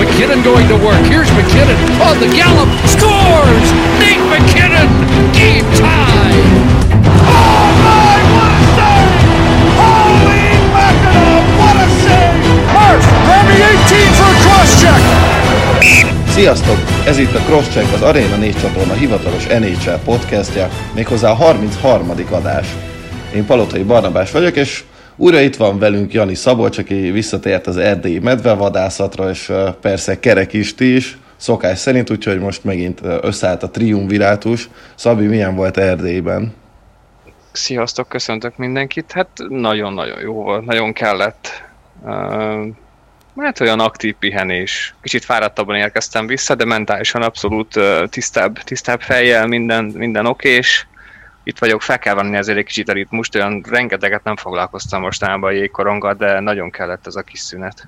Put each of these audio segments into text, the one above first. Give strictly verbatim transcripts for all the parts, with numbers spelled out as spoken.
McKinnon going to work. Here's McKinnon on the gallop. Scores! Nate McKinnon! Game tie! Oh my, what a save! Holy mackerel, what a save! Murph, grab me eighteen for a cross-check! Sziasztok! Ez itt a Crosscheck, az Arena négy csatorna hivatalos en há el podcastja, méghozzá a harmincharmadik adás. Én Palotai Barnabás vagyok, és újra itt van velünk Jani Szabolcs, aki visszatért az erdélyi medvevadászatra, és persze Kerek Isti is, szokás szerint, úgyhogy most megint összeállt a triumvirátus. Szabi, milyen volt Erdélyben? Sziasztok, köszöntök mindenkit. Hát nagyon-nagyon jó volt, nagyon kellett. Uh, hát olyan aktív pihenés. Kicsit fáradtabban érkeztem vissza, de mentálisan abszolút uh, tisztább, tisztább fejjel, minden, minden okés. Itt vagyok, fel kell venni ezért egy kicsit a ritmust, olyan rengeteget nem foglalkoztam mostanában a jégkoronggal, de nagyon kellett ez a kis szünet.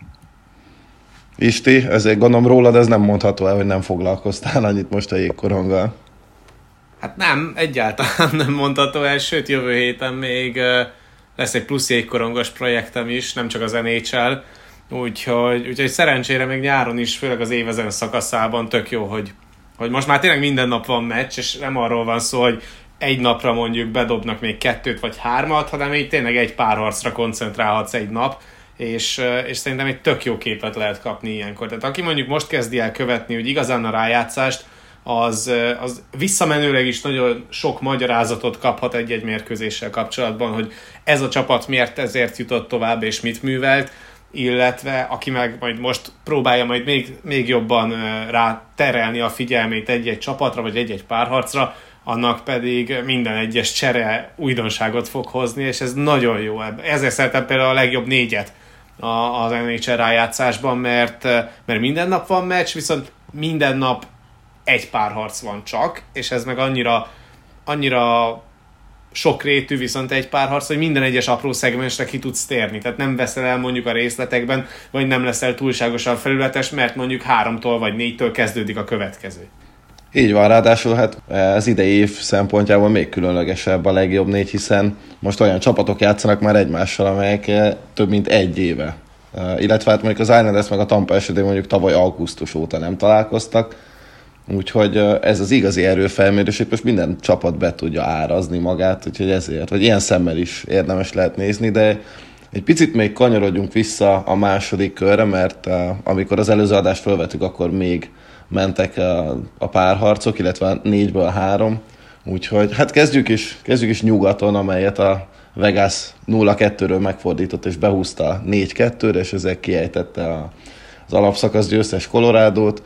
Isti, ezért gondolom rólad ez nem mondható el, hogy nem foglalkoztál annyit most a jégkoronggal. Hát nem, egyáltalán nem mondható el, sőt jövő héten még lesz egy plusz jégkorongos projektem is, nem csak az en há el, úgyhogy, úgyhogy szerencsére még nyáron is, főleg az év ezen szakaszában tök jó, hogy, hogy most már tényleg minden nap van meccs, és nem arról van szó, hogy egy napra mondjuk bedobnak még kettőt vagy hármat, hanem így tényleg egy párharcra koncentrálhatsz egy nap, és, és szerintem egy tök jó képet lehet kapni ilyenkor. Tehát aki mondjuk most kezdi el követni, hogy igazán a rájátszást, az, az visszamenőleg is nagyon sok magyarázatot kaphat egy-egy mérkőzéssel kapcsolatban, hogy ez a csapat miért ezért jutott tovább, és mit művelt, illetve aki meg majd most próbálja majd még, még jobban rá terelni a figyelmét egy-egy csapatra, vagy egy-egy párharcra, annak pedig minden egyes csere újdonságot fog hozni, és ez nagyon jó. Ezért szeretem például a legjobb négyet az en há el rájátszásban, mert, mert minden nap van meccs, viszont minden nap egy párharc van csak, és ez meg annyira, annyira sokrétű viszont egy párharc, hogy minden egyes apró szegmensre ki tudsz térni. Tehát nem veszel el mondjuk a részletekben, vagy nem leszel túlságosan felületes, mert mondjuk háromtól vagy négytől kezdődik a következő. Így van, ráadásul hát az idei év szempontjából még különlegesebb a legjobb négy, hiszen most olyan csapatok játszanak már egymással, amelyek több mint egy éve. Illetve hát mondjuk az Islanders meg a Tampa esetén mondjuk tavaly augusztus óta nem találkoztak, úgyhogy ez az igazi erőfelmérés, hogy most minden csapat be tudja árazni magát, úgyhogy ezért, vagy ilyen szemmel is érdemes lehet nézni, de egy picit még kanyarodjunk vissza a második körre, mert amikor az előző adást felvettük, akkor még mentek a, a párharcok, illetve négyből három, úgyhogy hát kezdjük is, kezdjük is nyugaton, amelyet a Vegas nulla kettőről megfordított és behúzta négy kettőre, és ezzel kiejtette a, az alapszakasz győztes Colorado-t.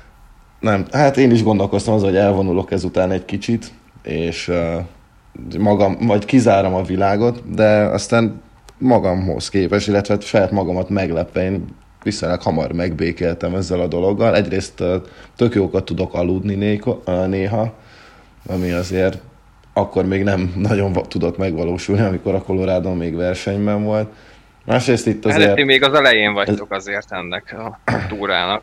Nem, hát én is gondolkoztam azon, hogy elvonulok ezután egy kicsit, és uh, magam, vagy kizárom a világot, de aztán magamhoz képest, illetve saját magamat meglepve, én viszonylag hamar megbékéltem ezzel a dologgal. Egyrészt uh, tök jókat tudok aludni néha, uh, néha, ami azért akkor még nem nagyon tudott megvalósulni, amikor a Colorado még versenyben volt. Másrészt itt azért... Hát még az elején vagytok azért ennek a túrának.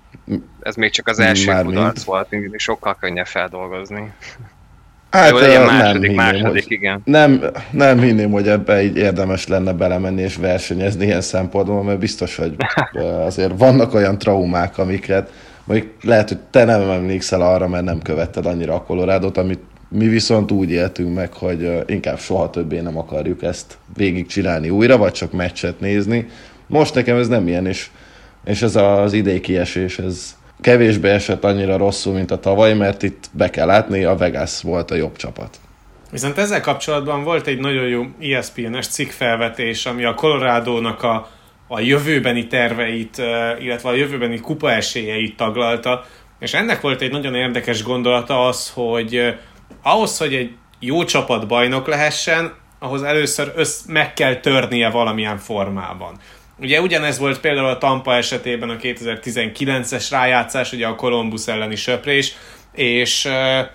Ez még csak az első kudarc volt, mindig sokkal könnyebb feldolgozni. Hát jó, ilyen második, nem hinném, második, hogy, igen. Nem, nem hinném, hogy ebbe így érdemes lenne belemenni és versenyezni ilyen szempontból, mert biztos, hogy azért vannak olyan traumák, amiket mondjuk lehet, hogy te nem emlékszel arra, mert nem követted annyira a Colorado-t, amit mi viszont úgy éltünk meg, hogy inkább soha többé nem akarjuk ezt végigcsinálni újra, vagy csak meccset nézni. Most nekem ez nem ilyen, és, és ez az idei kiesés, ez kevésbé esett annyira rosszul, mint a tavaly, mert itt be kell látni, a Vegas volt a jobb csapat. Viszont ezzel kapcsolatban volt egy nagyon jó é es pé en-es cikkfelvetés, ami a Colorado-nak a, a jövőbeni terveit, illetve a jövőbeni kupa esélyeit taglalta, és ennek volt egy nagyon érdekes gondolata az, hogy ahhoz, hogy egy jó csapat bajnok lehessen, ahhoz először össz meg kell törnie valamilyen formában. Ugye ugyanez volt például a Tampa esetében a kétezer-tizenkilences rájátszás, ugye a Columbus elleni söprés, és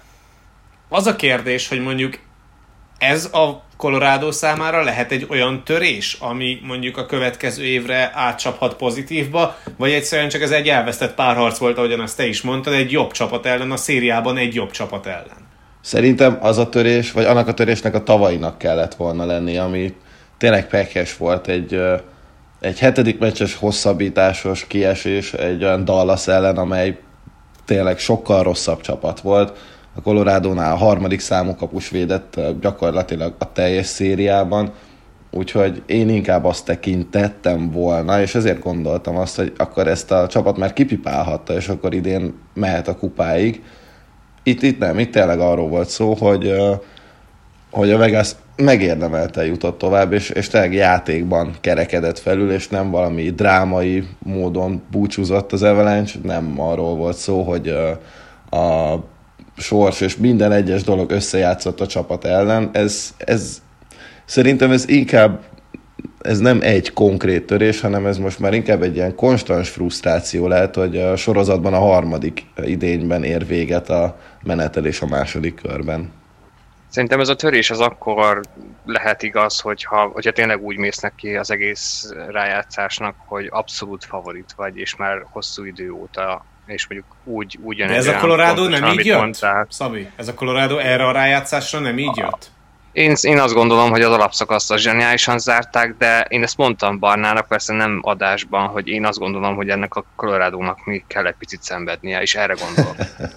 az a kérdés, hogy mondjuk ez a Colorado számára lehet egy olyan törés, ami mondjuk a következő évre átcsaphat pozitívba, vagy egyszerűen csak ez egy elvesztett párharc volt, ahogyan azt te is mondtad, egy jobb csapat ellen, a szériában egy jobb csapat ellen. Szerintem az a törés, vagy annak a törésnek a tavalyinak kellett volna lenni, ami tényleg pekes volt egy, egy hetedik meccses hosszabbításos kiesés egy olyan Dallas ellen, amely tényleg sokkal rosszabb csapat volt. A Colorado-nál a harmadik számú kapus védett gyakorlatilag a teljes szériában, úgyhogy én inkább azt tekintettem volna, és ezért gondoltam azt, hogy akkor ezt a csapat már kipipálhatta, és akkor idén mehet a kupáig. Itt, itt nem, itt tényleg arról volt szó, hogy, hogy a Vegas megérdemelte jutott tovább, és, és tényleg játékban kerekedett felül, és nem valami drámai módon búcsúzott az Avalanche, nem arról volt szó, hogy a sors és minden egyes dolog összejátszott a csapat ellen. Ez, ez szerintem ez inkább ez nem egy konkrét törés, hanem ez most már inkább egy ilyen konstans frusztráció lehet, hogy a sorozatban a harmadik idényben ér véget a menetelés a második körben. Szerintem ez a törés az akkor lehet igaz, hogyha, hogyha tényleg úgy mész neki az egész rájátszásnak, hogy abszolút favorit vagy, és már hosszú idő óta, és mondjuk úgy, úgy jön. Ez a Colorado nem így jött? Mondtál. Szabi, ez a Colorado erre a rájátszásra nem így jött? Én, én azt gondolom, hogy az alapszakaszt zseniálisan zárták, de én ezt mondtam Barnának, persze nem adásban, hogy én azt gondolom, hogy ennek a Colorado-nak még kell egy picit szenvednie, és erre gondolom.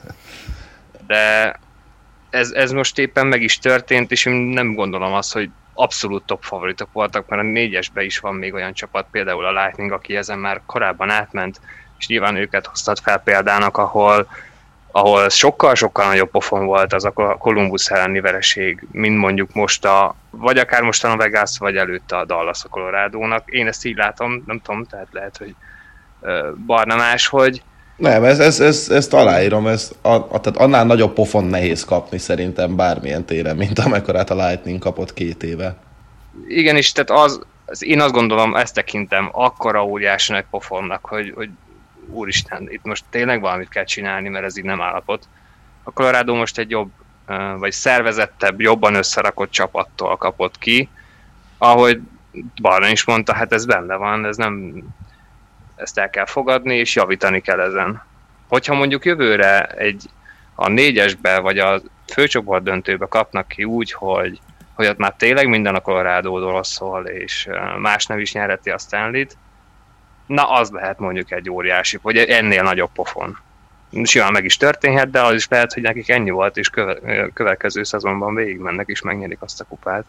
De ez, ez most éppen meg is történt, és én nem gondolom azt, hogy abszolút top favoritok voltak, mert a négyesben is van még olyan csapat, például a Lightning, aki ezen már korábban átment, és nyilván őket hoztad fel példának, ahol ahol sokkal-sokkal nagyobb pofon volt az a Columbus elleni vereség, mint mondjuk most a, vagy akár mostan a Vegas, vagy előtte a Dallas a Colorado-nak. Én ezt így látom, nem tudom, tehát lehet, hogy uh, Barna máshogy. Nem, ez, ez, ez, ezt aláírom, ez a, a, tehát annál nagyobb pofon nehéz kapni szerintem bármilyen téren, mint amekkorát a Lightning kapott két éve. Igen, és tehát az, az én azt gondolom, ezt tekintem akkora óriási nagy pofonnak, hogy, hogy úristen, itt most tényleg valamit kell csinálni, mert ez így nem állapot. A Colorado most egy jobb, vagy szervezettebb, jobban összerakott csapattól kapott ki, ahogy Barna is mondta, hát ez benne van, ez nem, ezt el kell fogadni, és javítani kell ezen. Hogyha mondjuk jövőre egy a négyesbe, vagy a főcsoport döntőbe kapnak ki úgy, hogy, hogy ott már tényleg minden a Colorado-ról szól, és más nem is nyerheti a Stanley-t, na az lehet mondjuk egy óriási, vagy ennél nagyobb pofon. Simán meg is történhet, de az is lehet, hogy nekik ennyi volt, és köve, következő szezonban végigmennek, és megnyerik azt a kupát.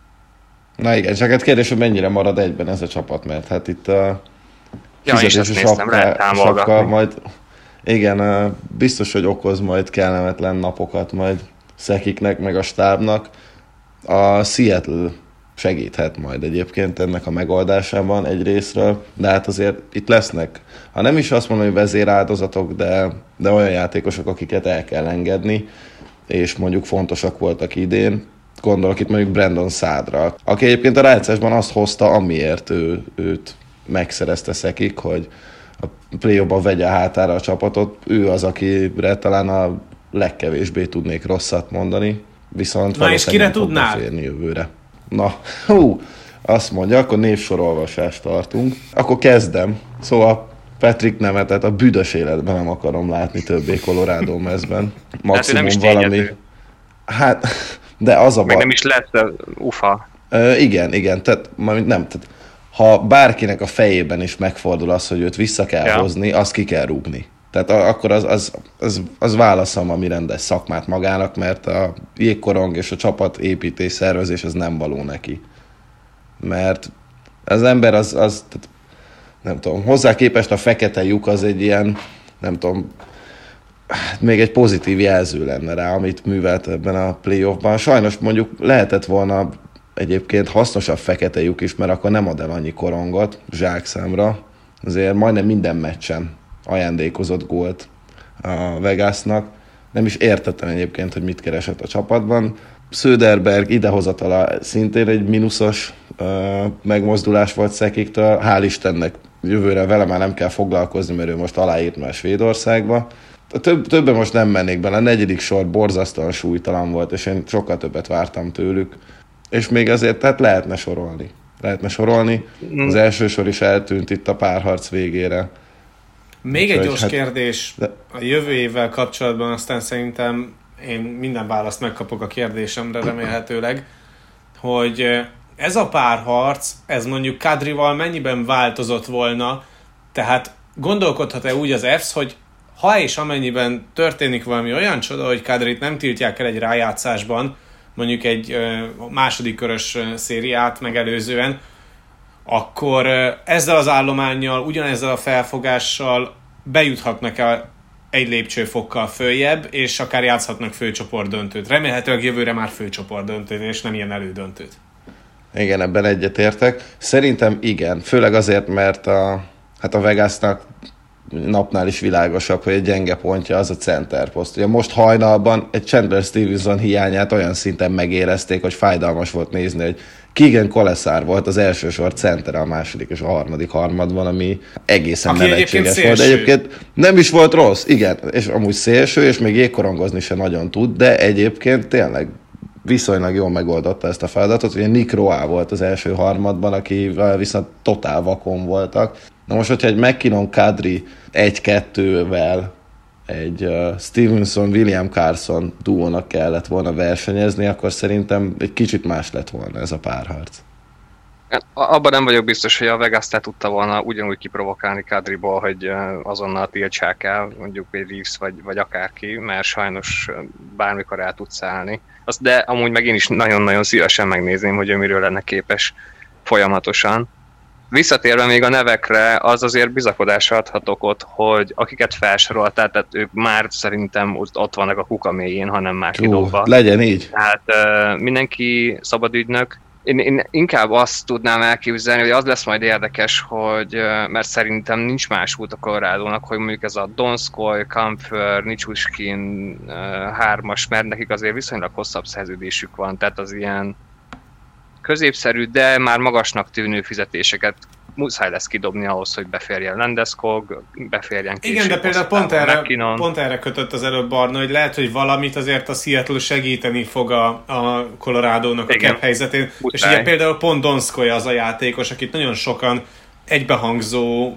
Na igen, csak hát kérdés, hogy mennyire marad egyben ez a csapat, mert hát itt a fizetési ja, sapka, sapka majd igen, biztos, hogy okoz majd kellemetlen napokat majd Szekiknek, meg a stábnak. A Seattle segíthet majd egyébként ennek a megoldásában egy részről, de hát azért itt lesznek, ha nem is azt mondom, hogy vezéráldozatok, de, de olyan játékosok, akiket el kell engedni, és mondjuk fontosak voltak idén. Gondolok itt mondjuk Brandon Saadra, aki egyébként a rájátszásban azt hozta, amiért ő, őt megszerezte Szekik, hogy a play-offban vegye a hátára a csapatot. Ő az, akire talán a legkevésbé tudnék rosszat mondani, viszont na és kire tudnál? Férni jövőre. Na, hú, azt mondja, akkor névsorolvasást tartunk. Akkor kezdem. Szóval Patrick Nemetet a büdös életben nem akarom látni többé Colorado mezben. Maximum hát, valami... Tényedő. Hát, de az a baj. Meg nem is lesz ufa. Ö, igen, igen, tehát, nem, tehát ha bárkinek a fejében is megfordul az, hogy őt vissza kell ja. hozni, azt ki kell rúgni. Tehát akkor az, az, az, az válaszom, ami rendes szakmát magának, mert a jégkorong és a csapatépítés, szervezés az nem való neki. Mert az ember az, az tehát, nem tudom, hozzá képest a fekete lyuk az egy ilyen, nem tudom, még egy pozitív jelző lenne rá, amit művelt ebben a playoffban. Sajnos mondjuk lehetett volna egyébként hasznosabb fekete lyuk is, mert akkor nem ad el annyi korongot zsákszámra. Azért majdnem minden meccsen ajándékozott gólt a Vegasnak. Nem is értettem egyébként, hogy mit keresett a csapatban. Söderberg idehozatala szintén egy mínuszos uh, megmozdulás volt Szekiktől. Hál' Istennek jövőre vele már nem kell foglalkozni, mert ő most aláírt már Svédországba. Több, többen most nem mennék bele. A negyedik sor borzasztóan súlytalan volt, és én sokkal többet vártam tőlük. És még azért tehát lehetne sorolni. Lehetne sorolni. Az első sor is eltűnt itt a párharc végére. Még Úgyhogy, egy gyors hát, kérdés de... a jövő évvel kapcsolatban, aztán szerintem én minden választ megkapok a kérdésemre remélhetőleg, hogy ez a párharc, ez mondjuk Kadrival mennyiben változott volna, tehát gondolkodhat-e úgy az Efsz, hogy ha és amennyiben történik valami olyan csoda, hogy Kadrit nem tiltják el egy rájátszásban, mondjuk egy második körös szériát megelőzően, akkor ezzel az állománnyal, ugyanezzel a felfogással bejuthatnak el egy lépcsőfokkal följebb, és akár játszhatnak főcsoportdöntőt. Remélhetőleg jövőre már főcsoportdöntőt, és nem ilyen elődöntőt. Igen, ebben egyetértek. Szerintem igen, főleg azért, mert a, hát a Vegasnak napnál is világosabb, hogy egy gyenge pontja az a center poszt. Ugye most hajnalban egy Chandler Stevenson hiányát olyan szinten megérezték, hogy fájdalmas volt nézni, hogy Keegan Kolesar volt az első sor center, a második és a harmadik harmadban, ami egészen Aki nevetséges volt. Egyébként nem is volt rossz, igen, és amúgy szélső, és még jégkorongozni se nagyon tud, de egyébként tényleg viszonylag jól megoldotta ezt a feladatot. Ugye Nick Roa volt az első harmadban, akivel viszont totál vakon voltak. Na most, hogyha egy McKinnon Kadri egy-kettővel egy uh, Stevenson-William Carson duónak kellett volna versenyezni, akkor szerintem egy kicsit más lett volna ez a párharc. Abban nem vagyok biztos, hogy a Vegas te tudta volna ugyanúgy kiprovokálni Kadriból, hogy azonnal tiltsák el, mondjuk egy Reeves vagy, vagy akárki, mert sajnos bármikor el tudsz állni. Azt, de amúgy meg én is nagyon-nagyon szívesen megnézném, hogy ő miről lenne képes folyamatosan. Visszatérve még a nevekre, az azért bizakodásra adhat okot, hogy akiket felsoroltál, tehát ők már szerintem ott vannak a kuka mélyén, hanem már kidobva. Legyen így. Tehát uh, mindenki szabadügynök. Én, én inkább azt tudnám elképzelni, hogy az lesz majd érdekes, hogy, mert szerintem nincs más út a Colorado-nak, hogy mondjuk ez a Donskoy, Kampfer, Nichushkin hármas, mert nekik azért viszonylag hosszabb szerződésük van, tehát az ilyen középszerű, de már magasnak tűnő fizetéseket muszáj lesz kidobni ahhoz, hogy beférjen Landeskog, beférjen később. Igen, de például pont erre, pont erre kötött az előbb Barna, hogy lehet, hogy valamit azért a Seattle segíteni fog a, a Colorado-nak a cap helyzetén. Muszáj. És ugye például pont Donskoy az a játékos, akit nagyon sokan egybehangzó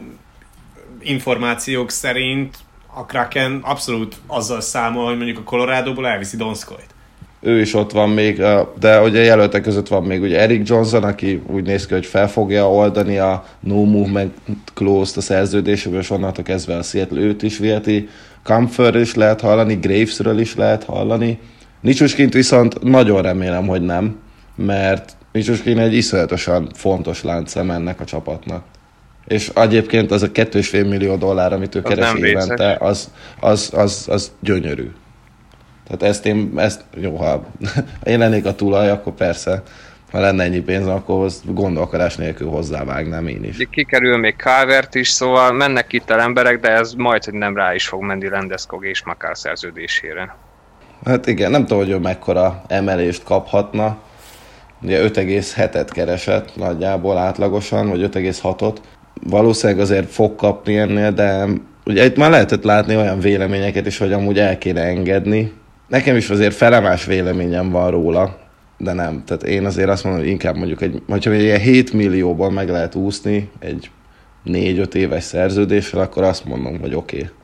információk szerint a Kraken abszolút azzal számol, hogy mondjuk a Colorado-ból elviszi Donskoyt. Ő is ott van még, de ugye a jelöltek között van még ugye Erik Johnson, aki úgy néz ki, hogy fel fogja oldani a no movement clause-t a szerződéséből, és onnantól kezdve a Seattle őt is viheti. Kampferről is lehet hallani, Gravesről is lehet hallani. Nichushkint viszont nagyon remélem, hogy nem, mert Nichushkin egy iszonyatosan fontos láncszem ennek a csapatnak. És egyébként az a két és fél millió dollár, amit ő az keres évente, az, az, az, az gyönyörű. Tehát ezt én, ezt, jó, ha én lennék a tulaj, akkor persze, ha lenne ennyi pénz, akkor gondolkodás nélkül hozzávágnám én is. Kikerül még Calvert is, szóval mennek itt el emberek, de ez majd, hogy nem rá is fog menni Landeskog és Makar szerződésére. Hát igen, nem tudom, hogy ő mekkora emelést kaphatna. Ugye öt egész hetet keresett nagyjából átlagosan, vagy öt egész hatot. Valószínűleg azért fog kapni ennél, de ugye itt már lehetett látni olyan véleményeket is, hogy amúgy el kéne engedni. Nekem is azért felemás véleményem van róla, de nem. Tehát én azért azt mondom, hogy inkább mondjuk, egy, hogyha egy ilyen hét millióban meg lehet úszni egy négy-öt éves szerződéssel, akkor azt mondom, hogy oké. Okay.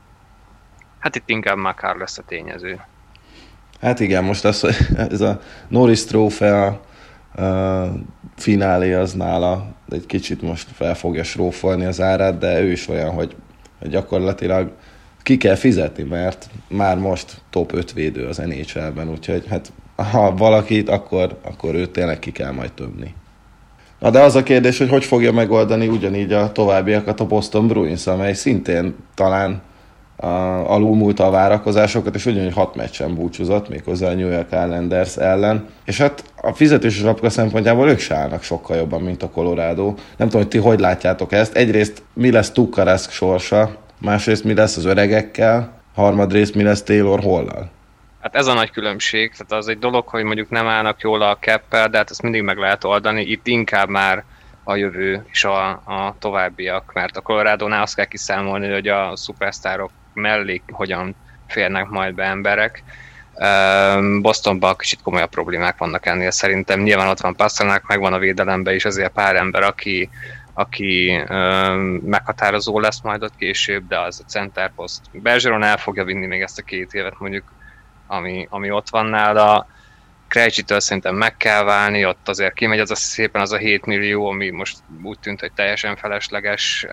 Hát itt inkább Makar lesz a tényező. Hát igen, most az, hogy ez a Norris trófea uh, finálé az nála egy kicsit most fel fogja srófolni az árát, de ő is olyan, hogy, hogy gyakorlatilag ki kell fizetni, mert már most top öt védő az en há el-ben, úgyhogy hát ha valakit, akkor, akkor őt tényleg ki kell majd töbni. Na de az a kérdés, hogy hogy fogja megoldani ugyanígy a továbbiakat a Boston Bruins, amely szintén talán uh, alulmúlta a várakozásokat, és ugyanúgy hat meccsen búcsúzott, méghozzá a New York Islanders ellen. És hát a fizetési zsapka szempontjából ők se állnak sokkal jobban, mint a Colorado. Nem tudom, hogy ti hogy látjátok ezt. Egyrészt mi lesz Tuukka Rask sorsa, másrészt mi lesz az öregekkel, harmadrészt mi lesz Taylor Hall-lal. Hát ez a nagy különbség, tehát az egy dolog, hogy mondjuk nem állnak jól a cappel, de hát ezt mindig meg lehet oldani, itt inkább már a jövő és a, a továbbiak, mert a Colorado-nál azt kell kiszámolni, hogy a szupersztárok mellé hogyan férnek majd be emberek. Bostonban kicsit komolyabb problémák vannak ennél szerintem, nyilván ott van Pastrnak, meg van a védelemben is azért pár ember, aki aki um, meghatározó lesz majd ott később, de az a center post. Bergeron el fogja vinni még ezt a két évet mondjuk, ami, ami ott van nála. Krejcitől szerintem meg kell válni, ott azért kimegy az a szépen az a hét millió, ami most úgy tűnt, hogy teljesen felesleges.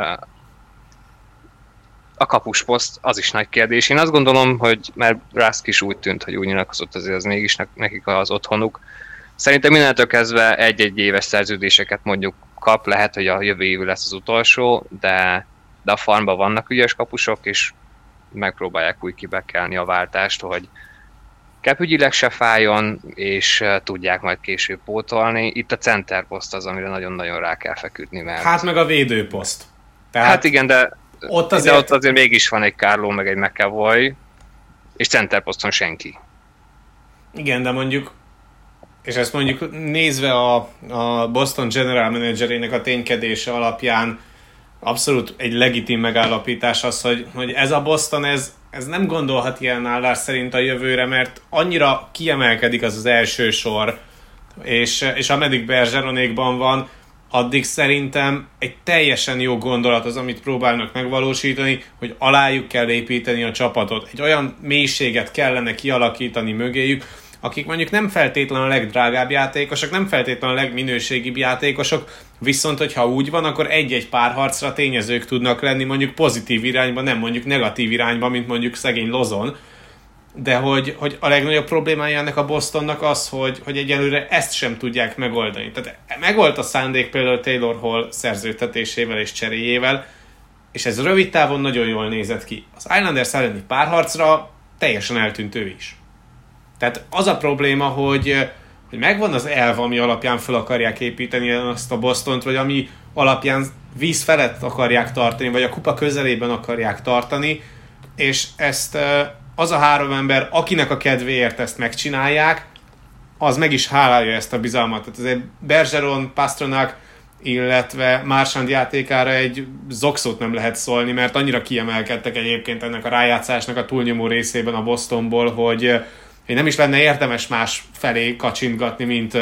A kapusposzt, az is nagy kérdés. Én azt gondolom, hogy mert Rask is úgy tűnt, hogy úgy nyilatkozott, azért az mégis nekik az otthonuk. Szerintem mindentől kezdve egy-egy éves szerződéseket mondjuk kap, lehet, hogy a jövő év lesz az utolsó, de, de a farmban vannak ügyes kapusok, és megpróbálják úgy kibekelni a váltást, hogy capügyileg se fájjon, és uh, tudják majd később pótolni. Itt a center poszt az, amire nagyon-nagyon rá kell feküdni, mert... Hát meg a védőposzt. Tehát hát igen, de ott azért... de ott azért mégis van egy Carlo, meg egy McAvoy, és center poszton senki. Igen, de mondjuk, és ezt mondjuk nézve a, a Boston General Managerének a ténykedése alapján abszolút egy legitim megállapítás az, hogy, hogy ez a Boston, ez, ez nem gondolhat ilyen állás szerint a jövőre, mert annyira kiemelkedik az az első sor, és, és ameddig Bergeronékban van, addig szerintem egy teljesen jó gondolat az, amit próbálnak megvalósítani, hogy alájuk kell építeni a csapatot. Egy olyan mélységet kellene kialakítani mögéjük, akik mondjuk nem feltétlenül a legdrágább játékosok, nem feltétlenül a legminőségibb játékosok, viszont hogyha úgy van, akkor egy-egy párharcra tényezők tudnak lenni mondjuk pozitív irányba, nem mondjuk negatív irányba, mint mondjuk szegény Lozon. De hogy, hogy a legnagyobb problémája ennek a Bostonnak az, hogy, hogy egyelőre ezt sem tudják megoldani. Tehát megvolt a szándék például Taylor Hall szerződtetésével és cseréjével, és ez rövid távon nagyon jól nézett ki. Az Islanders elleni párharcra teljesen eltűnt ő is. Tehát az a probléma, hogy, hogy megvan az elv, ami alapján fel akarják építeni azt a Bostont, vagy ami alapján víz felett akarják tartani, vagy a kupa közelében akarják tartani, és ezt az a három ember, akinek a kedvéért ezt megcsinálják, az meg is hálálja ezt a bizalmat. Tehát azért Bergeron, Pastrnak, illetve Marchand játékára egy zokszót nem lehet szólni, mert annyira kiemelkedtek egyébként ennek a rájátszásnak a túlnyomó részében a Bostonból, hogy hogy nem is lenne érdemes más felé kacsintgatni, mint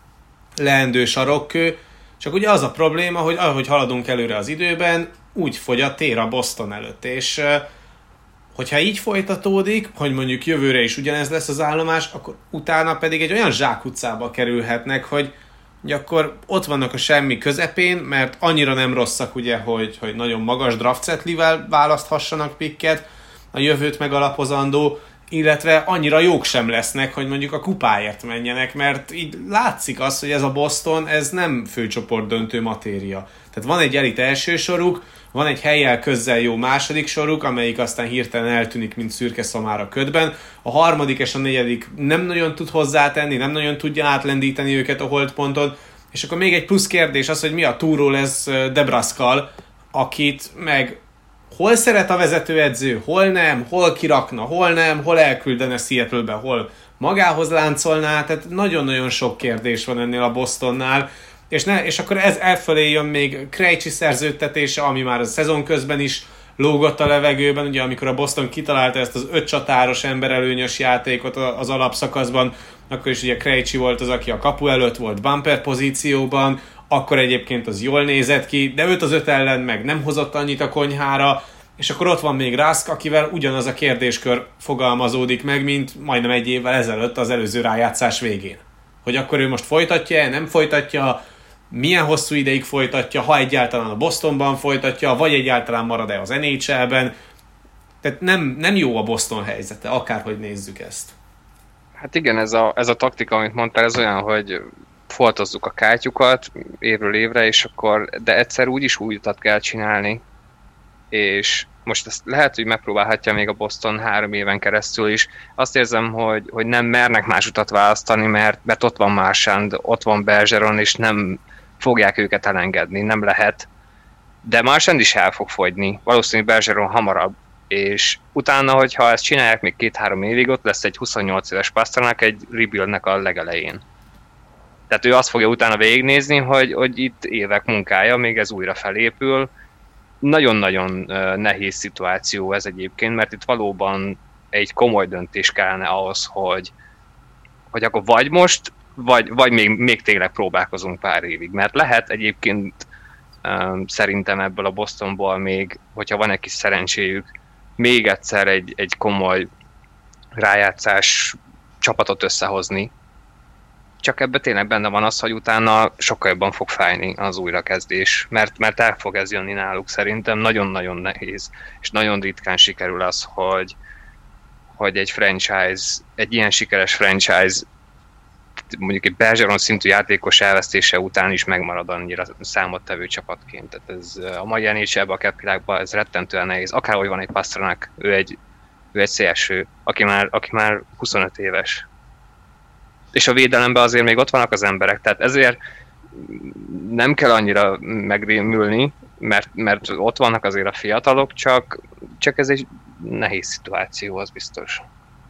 leendő sarokkő. Csak ugye az a probléma, hogy ahogy haladunk előre az időben, úgy fogy a tér a Boston előtt. És hogyha így folytatódik, hogy mondjuk jövőre is ugyanez lesz az állomás, akkor utána pedig egy olyan zsákutcába kerülhetnek, hogy, hogy akkor ott vannak a semmi közepén, mert annyira nem rosszak, ugye, hogy, hogy nagyon magas draftsetlivel választhassanak pikket, a jövőt megalapozandó, illetve annyira jók sem lesznek, hogy mondjuk a kupáért menjenek, mert így látszik az, hogy ez a Boston, ez nem főcsoport döntő matéria. Tehát van egy elit első soruk, van egy hellyel közzel jó második soruk, amelyik aztán hirtelen eltűnik, mint szürke szamár a ködben. A harmadik és a negyedik nem nagyon tud hozzátenni, nem nagyon tudja átlendíteni őket a holdponton. És akkor még egy plusz kérdés az, hogy mi a túró lesz DeBruskal, akit meg hol szeret a vezetőedző, hol nem, hol kirakna, hol nem, hol elküldene Seattle-be, hol magához láncolná, tehát nagyon-nagyon sok kérdés van ennél a Bostonnál, és, ne, és akkor ez elfölé jön még Krejci szerződtetése, ami már a szezon közben is lógott a levegőben, ugye amikor a Boston kitalálta ezt az öt csatáros emberelőnyös játékot az alapszakaszban, akkor is ugye Krejci volt az, aki a kapu előtt volt bumper pozícióban, akkor egyébként az jól nézett ki, de őt az öt ellen meg nem hozott annyit a konyhára, és akkor ott van még Rask, akivel ugyanaz a kérdéskör fogalmazódik meg, mint majdnem egy évvel ezelőtt az előző rájátszás végén. Hogy akkor ő most folytatja, nem folytatja, milyen hosszú ideig folytatja, ha egyáltalán a Bostonban folytatja, vagy egyáltalán marad-e az en há el-ben. Tehát nem, nem jó a Boston helyzete, akárhogy nézzük ezt. Hát igen, ez a, ez a taktika, amit mondtál, ez olyan, hogy foltozzuk a kártyukat évről évre, és akkor, de egyszer úgyis új utat kell csinálni, és most ezt lehet, hogy megpróbálhatja még a Boston három éven keresztül is. Azt érzem, hogy, hogy nem mernek más utat választani, mert, mert ott van Marchand, ott van Bergeron, és nem fogják őket elengedni, nem lehet. De Marchand is el fog fogyni, valószínűleg Bergeron hamarabb, és utána, hogyha ezt csinálják még két-három évig, ott lesz egy huszonnyolc éves Pastrnak egy rebuildnek a legelején. Tehát ő azt fogja utána végignézni, hogy, hogy itt évek munkája, még ez újra felépül. Nagyon-nagyon nehéz szituáció ez egyébként, mert itt valóban egy komoly döntés kellene ahhoz, hogy, hogy akkor vagy most, vagy, vagy még, még tényleg próbálkozunk pár évig. Mert lehet egyébként um, szerintem ebből a Bostonból még, hogyha van egy kis szerencséjük, még egyszer egy, egy komoly rájátszás csapatot összehozni, Csak ebben tényleg benne van az, hogy utána sokkal jobban fog fájni az újrakezdés, mert, mert el fog ez jönni náluk szerintem, nagyon-nagyon nehéz, és nagyon ritkán sikerül az, hogy, hogy egy franchise, egy ilyen sikeres franchise, mondjuk egy Bergeron szintű játékos elvesztése után is megmarad annyira számottevő csapatként. Tehát ez a mai en há el-ben, a kettvilágban ez rettentően nehéz. Akárhogy van egy Pastrnak, ő egy, ő egy szélső, aki már, aki már huszonöt éves. És a védelemben azért még ott vannak az emberek, tehát ezért nem kell annyira megrémülni, mert, mert ott vannak azért a fiatalok, csak, csak ez egy nehéz szituáció, az biztos.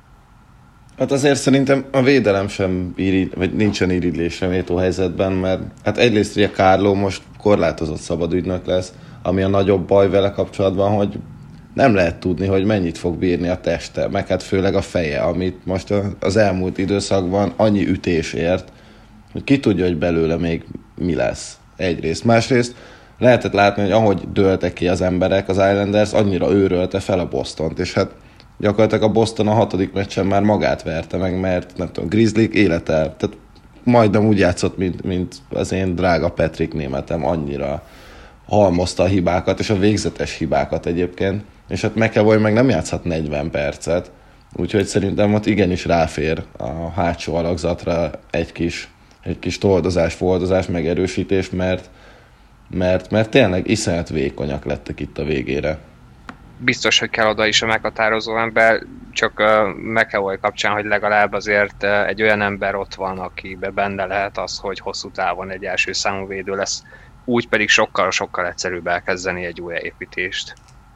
Hát azért szerintem a védelem sem irigy, vagy nincsen irigylésre méltó helyzetben, mert hát egyrészt ugye Carlo most korlátozott szabadügynök lesz, ami a nagyobb baj vele kapcsolatban, hogy nem lehet tudni, hogy mennyit fog bírni a teste, meg hát főleg a feje, amit most az elmúlt időszakban annyi ütés ért, hogy ki tudja, hogy belőle még mi lesz. Egyrészt. Másrészt lehetett látni, hogy ahogy dőltek ki az emberek, az Islanders annyira őrölte fel a Bostont, és hát gyakorlatilag a Boston a hatodik meccsen már magát verte meg, mert nem tudom, Grizzliek élete, tehát majdnem úgy játszott, mint, mint az én drága Patrick németem, annyira halmozta a hibákat, és a végzetes hibákat egyébként, és hát McAvoy meg nem játszhat negyven percet, úgyhogy szerintem ott igenis ráfér a hátsó alakzatra egy kis, egy kis toldozás, foldozás, megerősítés, mert, mert, mert tényleg iszonyat vékonyak lettek itt a végére. Biztos, hogy kell oda is a meghatározó ember, csak a McAvoy kapcsán, hogy legalább azért egy olyan ember ott van, akibe benne lehet az, hogy hosszú távon egy első számú védő lesz, úgy pedig sokkal-sokkal egyszerűbb elkezdeni egy új építést.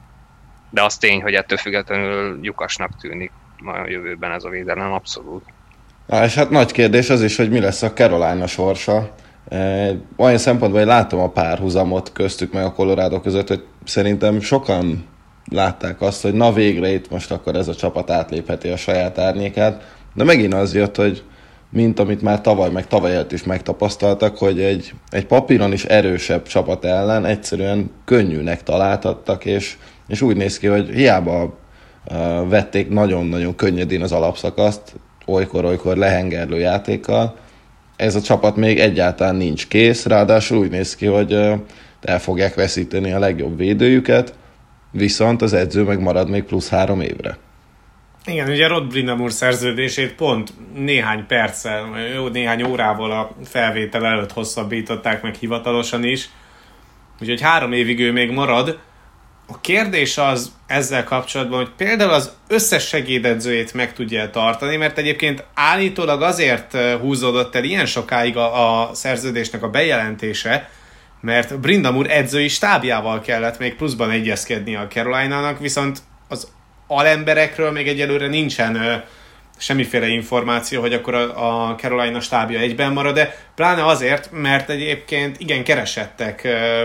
De az tény, hogy ettől függetlenül lyukasnak tűnik a jövőben ez a védelem, abszolút. Há, és hát nagy kérdés az is, hogy mi lesz a Carolina sorsa. E, olyan szempontból, hogy látom a párhuzamot köztük meg a Colorado között, hogy szerintem sokan látták azt, hogy na végre itt most akkor ez a csapat átlépheti a saját árnyékát, de megint az jött, hogy mint amit már tavaly, meg tavaly előtt is megtapasztaltak, hogy egy, egy papíron is erősebb csapat ellen egyszerűen könnyűnek találtattak, és, és úgy néz ki, hogy hiába uh, vették nagyon-nagyon könnyedén az alapszakaszt, olykor-olykor lehengerlő játékkal, ez a csapat még egyáltalán nincs kész, ráadásul úgy néz ki, hogy uh, el fogják veszíteni a legjobb védőjüket, viszont az edző meg marad még plusz három évre. Igen, ugye Rod Brind'Amour szerződését pont néhány perccel, jó néhány órával a felvétel előtt hosszabbították meg hivatalosan is, úgyhogy három évig ő még marad. A kérdés az ezzel kapcsolatban, hogy például az összes segédedzőjét meg tudja tartani, mert egyébként állítólag azért húzódott el ilyen sokáig a, a szerződésnek a bejelentése, mert Brind'Amour edzői stábjával kellett még pluszban egyezkedni a Carolinának, viszont az alemberekről még egyelőre nincsen ö, semmiféle információ, hogy akkor a, a Carolina stábja egyben marad, de pláne azért, mert egyébként igen keresettek ö,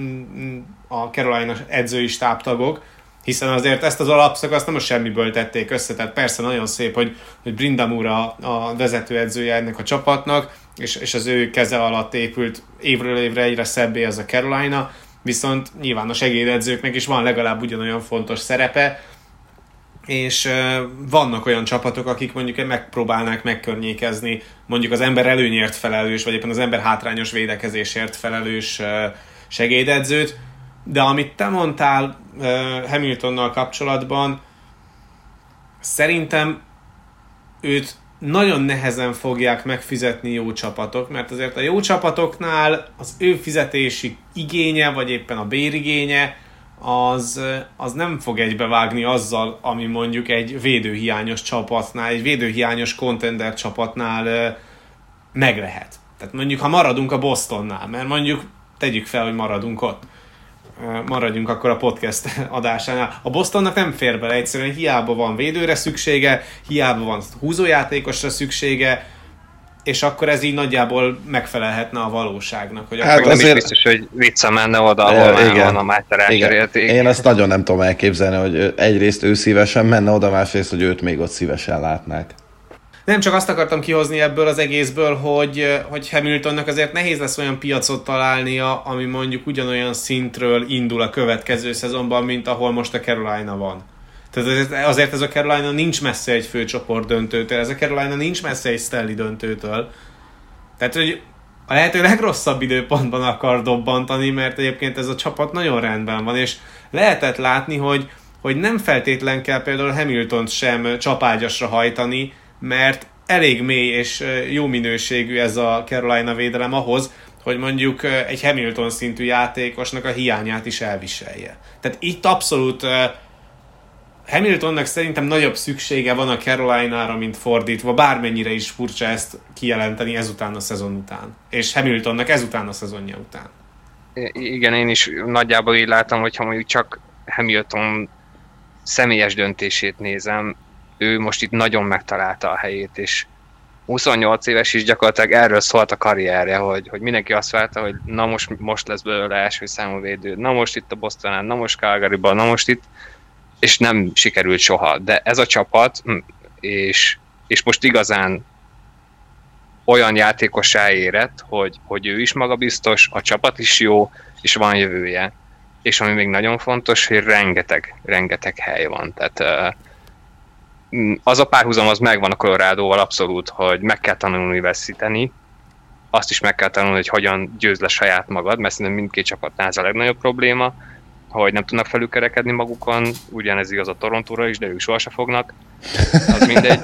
a Carolina edzői stábtagok, hiszen azért ezt az alapszakaszt nem a semmiből tették össze, tehát persze nagyon szép, hogy, hogy Brind'Amour a, a vezetőedzője ennek a csapatnak, és, és az ő keze alatt épült évről évre egyre szebbé az a Carolina, viszont nyilván a segédedzőknek is van legalább ugyanolyan fontos szerepe, és uh, vannak olyan csapatok, akik mondjuk megpróbálnák megkörnyékezni mondjuk az ember előnyért felelős, vagy éppen az ember hátrányos védekezésért felelős uh, segédedzőt, de amit te mondtál uh, Hamiltonnal kapcsolatban, szerintem őt nagyon nehezen fogják megfizetni jó csapatok, mert azért a jó csapatoknál az ő fizetési igénye, vagy éppen a bérigénye, az, az nem fog egybevágni azzal, ami mondjuk egy védőhiányos csapatnál, egy védőhiányos contender csapatnál meg lehet. Tehát mondjuk, ha maradunk a Bostonnál, mert mondjuk tegyük fel, hogy maradunk ott, maradjunk akkor a podcast adásánál. A Bostonnak nem fér bele egyszerűen, hiába van védőre szüksége, hiába van húzójátékosra szüksége, és akkor ez így nagyjából megfelelhetne a valóságnak. Hogy hát akkor azért... nem is biztos, hogy vicca menne oda, ahol e, igen, van a máter elcserélték. Én ezt nagyon nem tudom elképzelni, hogy egyrészt ő szívesen menne oda, másrészt, hogy őt még ott szívesen látnák. Nem csak azt akartam kihozni ebből az egészből, hogy, hogy Hamiltonnak azért nehéz lesz olyan piacot találnia, ami mondjuk ugyanolyan szintről indul a következő szezonban, mint ahol most a Carolina van. Tehát azért ez a Carolina nincs messze egy főcsoport döntőtől, ez a Carolina nincs messze egy Stanley döntőtől, Tehát, hogy a lehető legrosszabb időpontban akar dobbantani, mert egyébként ez a csapat nagyon rendben van, és lehetett látni, hogy, hogy nem feltétlen kell például Hamiltont sem csapágyasra hajtani, mert elég mély és jó minőségű ez a Carolina védelem ahhoz, hogy mondjuk egy Hamilton szintű játékosnak a hiányát is elviselje. Tehát itt abszolút Hamiltonnak szerintem nagyobb szüksége van a Carolina-ra, mint fordítva, bármennyire is furcsa ezt kijelenteni ezután a szezon után. És Hamiltonnak ezután a szezonja után. Igen, én is nagyjából így látom, hogyha mondjuk csak Hamilton személyes döntését nézem, ő most itt nagyon megtalálta a helyét, és huszonnyolc éves is gyakorlatilag erről szólt a karrierje, hogy, hogy mindenki azt várta, hogy na most, most lesz belőle első számú védő, na most itt a Bostonán, na most Calgaryban, na most itt, és nem sikerült soha. De ez a csapat, és, és most igazán olyan játékossá érett, hogy, hogy ő is magabiztos, a csapat is jó, és van jövője. És ami még nagyon fontos, hogy rengeteg, rengeteg hely van. Tehát az a párhuzam az megvan a Colorado-val abszolút, hogy meg kell tanulni veszíteni, azt is meg kell tanulni, hogy hogyan győzd le saját magad, mert szerintem mindkét csapatnál ez a legnagyobb probléma, hogy nem tudnak felülkerekedni magukon, ugyanez igaz a Torontóra is, de ők sohasem fognak, az mindegy.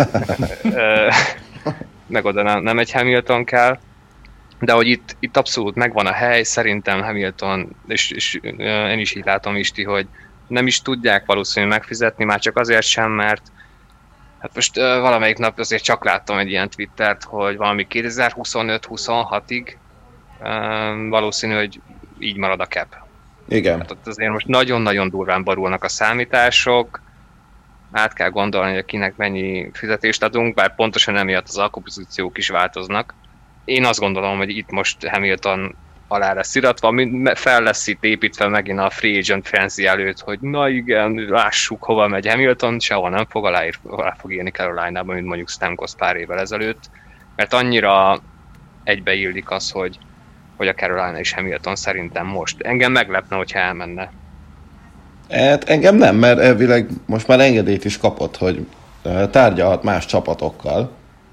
Meg oda nem, nem egy Hamilton kell, de hogy itt, itt abszolút megvan a hely, szerintem Hamilton, és, és én is így látom Isti, hogy nem is tudják valószínűleg megfizetni, már csak azért sem, mert hát most uh, valamelyik nap azért csak láttam egy ilyen Twittert, hogy valami kétezer-huszonöt huszonhatig uh, valószínű, hogy így marad a cap. Igen. Hát ott azért most nagyon-nagyon durván barulnak a számítások, át kell gondolni, hogy kinek mennyi fizetést adunk, bár pontosan emiatt az alkupozíciók is változnak. Én azt gondolom, hogy itt most Hamilton alá lesz iratva, fel lesz itt építve megint a free agent frenzy előtt, hogy na igen, lássuk hova megy Hamilton, sehol nem fog, alá, alá fog írni Caroline-ban, mint mondjuk Stamkos pár évvel ezelőtt, mert annyira egybeillik az, hogy, hogy a Carolina és Hamilton szerintem most. Engem meglepne, hogyha elmenne. Hát engem nem, mert elvileg most már engedélyt is kapott, hogy tárgyalhat más csapatokkal,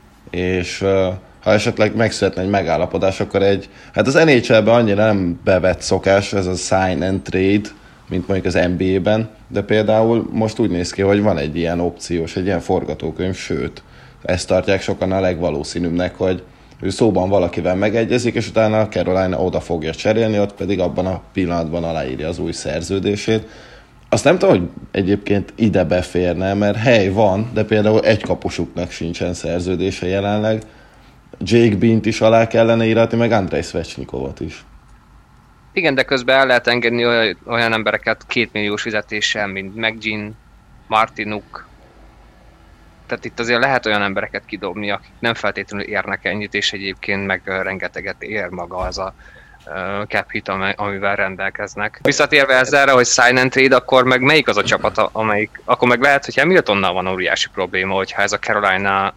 és ha esetleg megszületne egy megállapodás, akkor egy, hát az en há el-ben annyira nem bevett szokás, ez a sign and trade, mint mondjuk az en bé á-ben, de például most úgy néz ki, hogy van egy ilyen opciós, egy ilyen forgatókönyv, sőt, ezt tartják sokan a legvalószínűbbnek, hogy ő szóban valakivel megegyezik, és utána a Carolina oda fogja cserélni, ott pedig abban a pillanatban aláírja az új szerződését. Azt nem tudom, hogy egyébként ide beférne, mert hely van, de például egy kapusuknak sincsen szerződése jelenleg. Jake Bean-t is alá kellene íratni, meg Andrei Svechnikovot is. Igen, de közben el lehet engedni olyan, olyan embereket kétmilliós fizetéssel, mint McGinn, Martinuk. Tehát itt azért lehet olyan embereket kidobni, akik nem feltétlenül érnek ennyit, és egyébként meg rengeteget ér maga az a uh, cap hit, amivel rendelkeznek. Visszatérve ezzelre, hogy sign and trade, akkor meg melyik az a csapat, amelyik, akkor meg lehet, hogy Hamiltonnal van óriási probléma, hogyha ez a Carolina,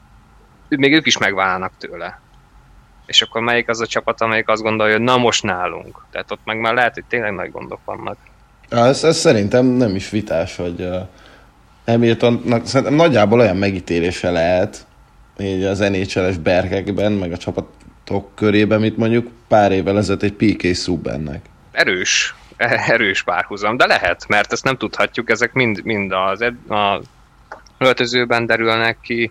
még ők is megválnak tőle. És akkor melyik az a csapat, amelyik azt gondolja, hogy na most nálunk. Tehát ott meg már lehet, hogy tényleg nagy gondok vannak. Ez, ez szerintem nem is vitás, hogy uh, Hamiltonnak szerintem nagyjából olyan megítélése lehet így az en há el-es berkekben, meg a csapatok körében, mint mondjuk pár évvel ezelőtt egy pé ká Subbannek. Erős, erős párhuzam, de lehet, mert ezt nem tudhatjuk, ezek mind, mind az, az öltözőben derülnek ki.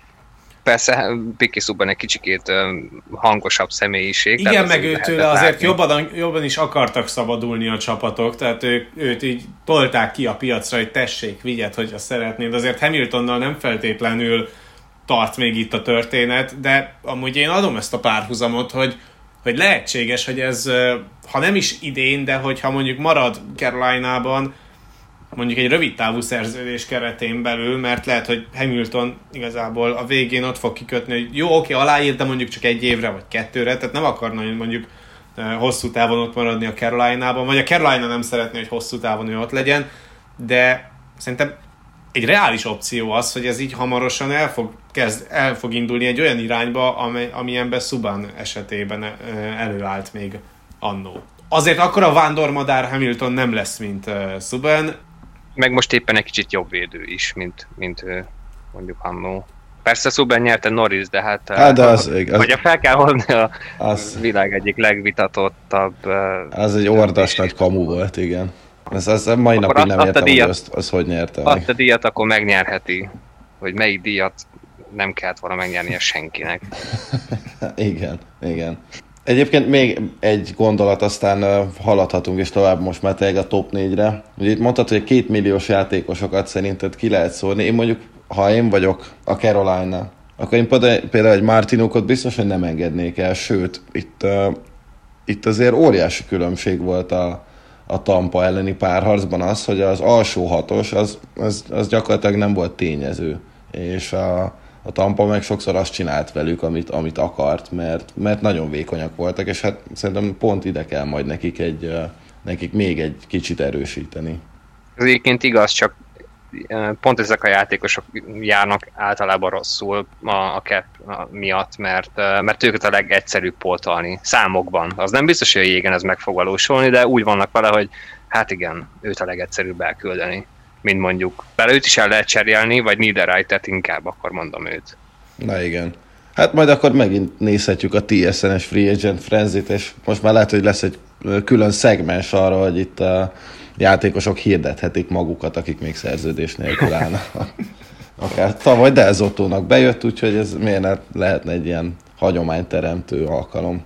Persze pé ká Subban egy kicsikét hangosabb személyiség. Igen, meg őtől azért jobban, jobban is akartak szabadulni a csapatok, tehát ők, őt így tolták ki a piacra, hogy tessék, vigyed, hogyha szeretnéd. Azért Hamiltonnal nem feltétlenül tart még itt a történet, de amúgy én adom ezt a párhuzamot, hogy, hogy lehetséges, hogy ez, ha nem is idén, de hogyha mondjuk marad Caroline-ban, mondjuk egy rövid távú szerződés keretén belül, mert lehet, hogy Hamilton igazából a végén ott fog kikötni, hogy jó, oké, aláír, de mondjuk csak egy évre vagy kettőre, tehát nem akarna mondjuk hosszú távon ott maradni a Caroline-ban, vagy a Carolina nem szeretné, hogy hosszú távon ő ott legyen, de szerintem egy reális opció az, hogy ez így hamarosan el fog, kezd, el fog indulni egy olyan irányba, amely, amilyenben Subban esetében előállt még annó. Azért akkor a vándormadár Hamilton nem lesz, mint Subban. Meg most éppen egy kicsit jobb védő is, mint, mint mondjuk annó. Persze szóban nyerte Norris, de hát... Hát de az, az, vagy fel kell hozni a az, világ egyik legvitatottabb... Az egy ordas nagy kamu volt, igen. Ez, az mai napig nem értem, hogy azt, az hogy nyerte meg. Azt a díjat, akkor megnyerheti. Hogy melyik díjat nem kellett volna megnyernie senkinek. Igen, igen. Egyébként még egy gondolat, aztán haladhatunk is tovább most már tényleg a top négyre. Ugye itt mondtad, hogy két milliós játékosokat szerinted ki lehet szórni. Én mondjuk, ha én vagyok a Carolina, akkor én például egy Martinukot biztos, hogy nem engednék el. Sőt, itt, uh, itt azért óriási különbség volt a, a Tampa elleni párharcban az, hogy az alsó hatos, az, az, az gyakorlatilag nem volt tényező. És a A Tampa meg sokszor azt csinált velük, amit, amit akart, mert, mert nagyon vékonyak voltak, és hát szerintem pont ide kell majd nekik, egy, nekik még egy kicsit erősíteni. Ez egyébként igaz, csak pont ezek a játékosok járnak általában rosszul a, a cap miatt, mert, mert őket a legegyszerűbb pótolni számokban. Az nem biztos, hogy a jégen ez meg fog valósulni, de úgy vannak vele, hogy hát igen, őt a legegyszerűbb elküldeni, mint mondjuk. Bár őt is el lehet cserélni, vagy Niederreiter inkább, akkor mondom őt. Na igen. Hát majd akkor megint nézhetjük a té es en-es Free Agent Frenzy-t, és most már lehet, hogy lesz egy külön szegmens arra, hogy itt a játékosok hirdethetik magukat, akik még szerződés nélkül állnak. Akár tavaly Del Zottónak bejött, úgyhogy ez miért lehetne egy ilyen hagyományteremtő alkalom.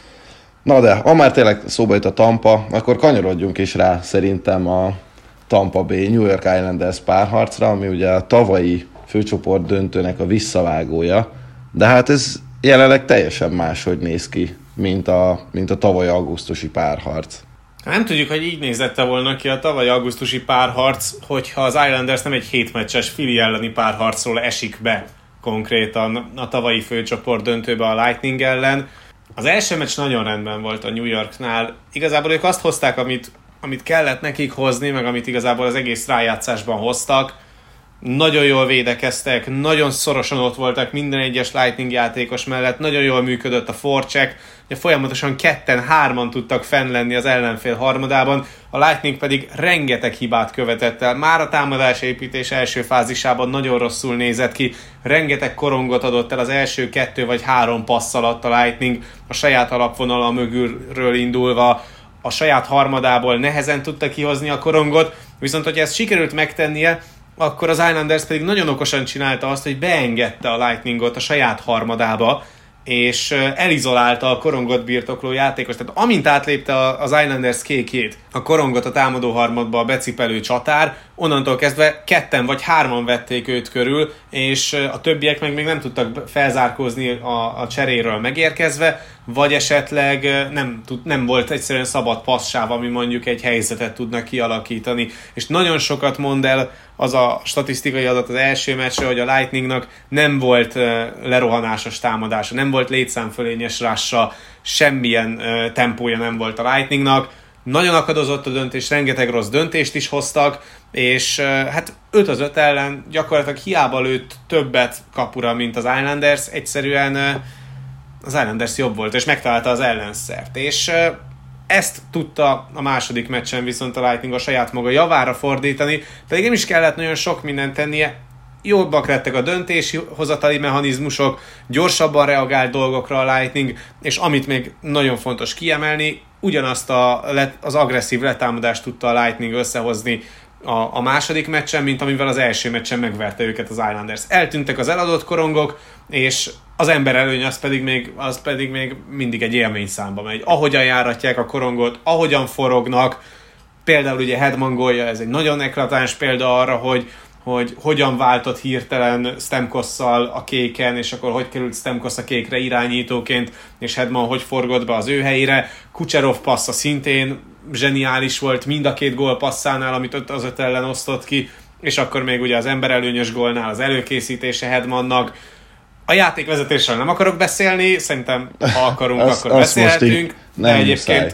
Na de, ha már tényleg szóba jött a Tampa, akkor kanyarodjunk is rá szerintem a Tampa Bay New York Islanders párharcra, ami ugye a tavalyi főcsoport döntőnek a visszavágója, de hát ez jelenleg teljesen máshogy néz ki, mint a, mint a tavaly augusztusi párharc. Nem tudjuk, hogy így nézette volna ki a tavaly augusztusi párharc, hogyha az Islanders nem egy hétmeccses Philly elleni párharcról esik be konkrétan a tavalyi főcsoport döntőbe a Lightning ellen. Az első meccs nagyon rendben volt a New Yorknál. Igazából ők azt hozták, amit, amit kellett nekik hozni, meg amit igazából az egész rájátszásban hoztak. Nagyon jól védekeztek, nagyon szorosan ott voltak minden egyes Lightning játékos mellett, nagyon jól működött a forecheck, ugye folyamatosan ketten, hárman tudtak fenn lenni az ellenfél harmadában, a Lightning pedig rengeteg hibát követett el. Már a támadás építés első fázisában nagyon rosszul nézett ki, rengeteg korongot adott el az első kettő vagy három passz alatt a Lightning, a saját alapvonala mögülről indulva, a saját harmadából nehezen tudta kihozni a korongot, viszont hogyha ezt sikerült megtennie, akkor az Islanders pedig nagyon okosan csinálta azt, hogy beengedte a Lightningot a saját harmadába, és elizolálta a korongot birtokló játékos. Tehát amint átlépte az Islanders kékjét, a korongot a támadó harmadba a becipelő csatár, onnantól kezdve ketten vagy hárman vették őt körül, és a többiek meg még nem tudtak felzárkózni a, a cseréről megérkezve, vagy esetleg nem, tud, nem volt egyszerűen szabad passzáv, ami mondjuk egy helyzetet tudnak kialakítani. És nagyon sokat mond el az a statisztikai adat az első meccsre, hogy a Lightningnak nem volt lerohanásos támadása, nem volt létszámfölényes rássa, semmilyen tempója nem volt a Lightningnak. Nagyon akadozott a döntés, rengeteg rossz döntést is hoztak, és hát öt az öt ellen gyakorlatilag hiába lőtt többet kapura, mint az Islanders, egyszerűen az Islanders jobb volt, és megtalálta az ellenszert. És ezt tudta a második meccsen viszont a Lightning a saját maga javára fordítani, pedig nem is kellett nagyon sok mindent tennie, jobbak lettek a döntéshozatali mechanizmusok, gyorsabban reagált dolgokra a Lightning, és amit még nagyon fontos kiemelni, ugyanazt a, az agresszív letámadást tudta a Lightning összehozni a, a második meccsen, mint amivel az első meccsen megverte őket az Islanders. Eltűntek az eladott korongok, és az ember előny az pedig még, az pedig még mindig egy élményszámba megy. Ahogyan járatják a korongot, ahogyan forognak, például ugye Hedman gólja, ez egy nagyon eklatáns példa arra, hogy hogy hogyan váltott hirtelen Stamkosszal a kéken, és akkor hogy került Stamkos a kékre irányítóként, és Hedman hogy forgott be az ő helyére. Kucherov passza szintén zseniális volt mind a két gól passzánál, amit öt az öt ellen osztott ki, és akkor még ugye az emberelőnyös gólnál az előkészítése Hedmannak. A játékvezetésről nem akarok beszélni, szerintem ha akarunk, azt, akkor azt beszélhetünk, de egyébként muszáj.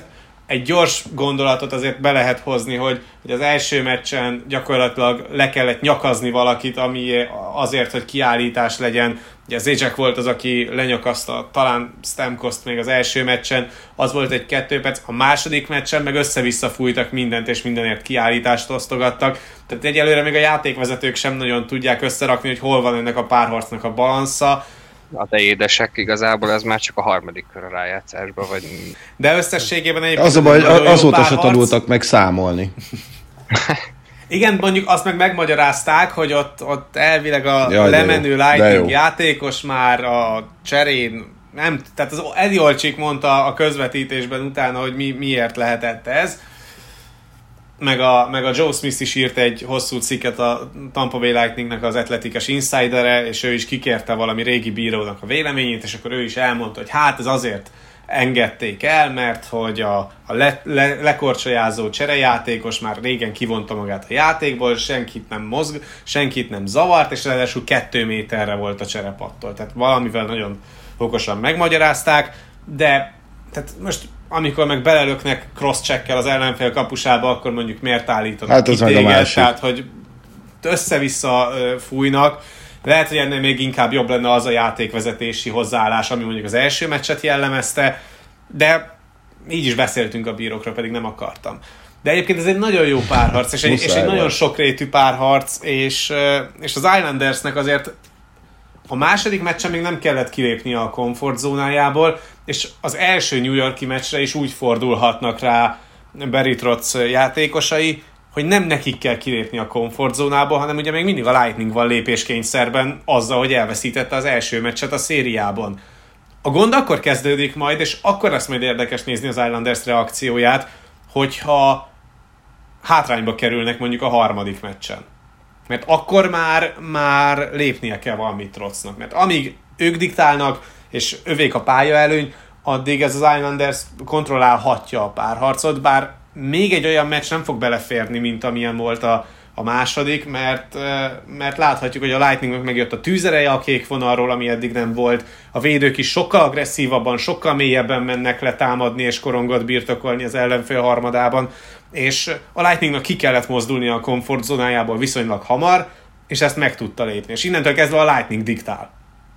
egy gyors gondolatot azért be lehet hozni, hogy, hogy az első meccsen gyakorlatilag le kellett nyakazni valakit, ami azért, hogy kiállítás legyen. Ugye Zajac volt az, aki lenyakaszta talán Stamkoszt még az első meccsen, az volt egy kettő perc, a második meccsen meg össze-vissza fújtak mindent, és mindenért kiállítást osztogattak. Tehát egyelőre még a játékvezetők sem nagyon tudják összerakni, hogy hol van ennek a párharcnak a balansza. A te édesek, igazából ez már csak a harmadik kör a rájátszásban, vagy... De összességében egyébként... Az a baj, azóta se tanultak meg számolni. Igen, mondjuk azt meg megmagyarázták, hogy ott, ott elvileg a Jaj, lemenő Lightning játékos már a cserén, nem, tehát az Eddie Olczyk mondta a közvetítésben utána, hogy mi, miért lehetett ez. Meg a, meg a Joe Smith is írt egy hosszú cikket a Tampa Bay Lightningnek az Athletics insidere, és ő is kikérte valami régi bírónak a véleményét, és akkor ő is elmondta, hogy hát ez azért engedték el, mert hogy a, a le, le, lekorcsolyázó cserejátékos már régen kivonta magát a játékból, senkit nem mozg, senkit nem zavart, és ráadásul kettő méterre volt a cserepattól. Tehát valamivel nagyon okosan megmagyarázták, de tehát most amikor meg belelöknek cross-checkkel az ellenfél kapusába, akkor mondjuk miért állítanak hát ki téged, tehát hogy össze-vissza fújnak. Lehet, hogy ennél még inkább jobb lenne az a játékvezetési hozzáállás, ami mondjuk az első meccset jellemezte, de így is beszéltünk a bírókról, pedig nem akartam. De egyébként ez egy nagyon jó párharc, és egy, és egy nagyon sokrétű párharc, és, és az Islandersnek azért a második meccsen még nem kellett kilépnie a komfortzónájából, és az első New York-i meccsre is úgy fordulhatnak rá Barry Trotz játékosai, hogy nem nekik kell kilépni a komfortzónából, hanem ugye még mindig a Lightning van lépéskényszerben azzal, hogy elveszítette az első meccset a szériában. A gond akkor kezdődik majd, és akkor lesz majd érdekes nézni az Islanders reakcióját, hogyha hátrányba kerülnek mondjuk a harmadik meccsen. Mert akkor már, már lépnie kell valamit Trotznak. Mert amíg ők diktálnak, és övék a pályaelőny, addig ez az Islanders kontrollálhatja a párharcot, bár még egy olyan meccs nem fog beleférni, mint amilyen volt a, a második, mert, mert láthatjuk, hogy a Lightningnak megjött a tűzereje a kék vonalról, ami eddig nem volt. A védők is sokkal agresszívabban, sokkal mélyebben mennek le támadni és korongot birtokolni az ellenfél harmadában, és a Lightningnak ki kellett mozdulni a komfortzónájából viszonylag hamar, és ezt meg tudta lépni. És innentől kezdve a Lightning diktál.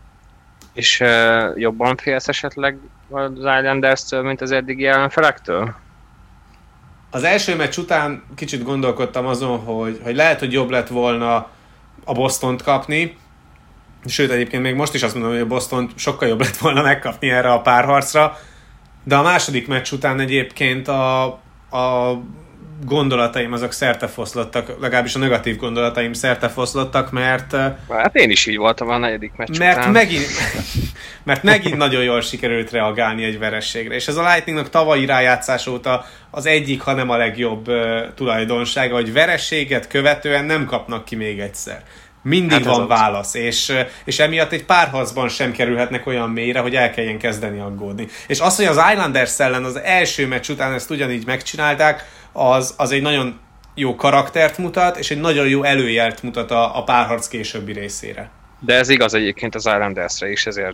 És uh, jobban félsz esetleg az Islanders-től, mint az eddigi ellenfelektől? Az első meccs után kicsit gondolkodtam azon, hogy, hogy lehet, hogy jobb lett volna a Bostont kapni, sőt egyébként még most is azt mondom, hogy a Bostont sokkal jobb lett volna megkapni erre a párharcra, de a második meccs után egyébként a, a gondolataim azok szertefoszlottak, legalábbis a negatív gondolataim szertefoszlottak, mert... Hát én is így voltam a negyedik meccs mert után. Megint, mert megint nagyon jól sikerült reagálni egy vereségre, és ez a Lightningnak tavalyi rájátszás óta az egyik, ha nem a legjobb uh, tulajdonsága, hogy vereséget követően nem kapnak ki még egyszer. Mindig hát van válasz, és, és emiatt egy párharcban sem kerülhetnek olyan mélyre, hogy el kelljen kezdeni aggódni. És az, hogy az Islanders ellen az első meccs után ezt ugyanígy megcsinálták, az, az egy nagyon jó karaktert mutat, és egy nagyon jó előjelt mutat a, a párharc későbbi részére. De ez igaz egyébként az Islandersre is, ezért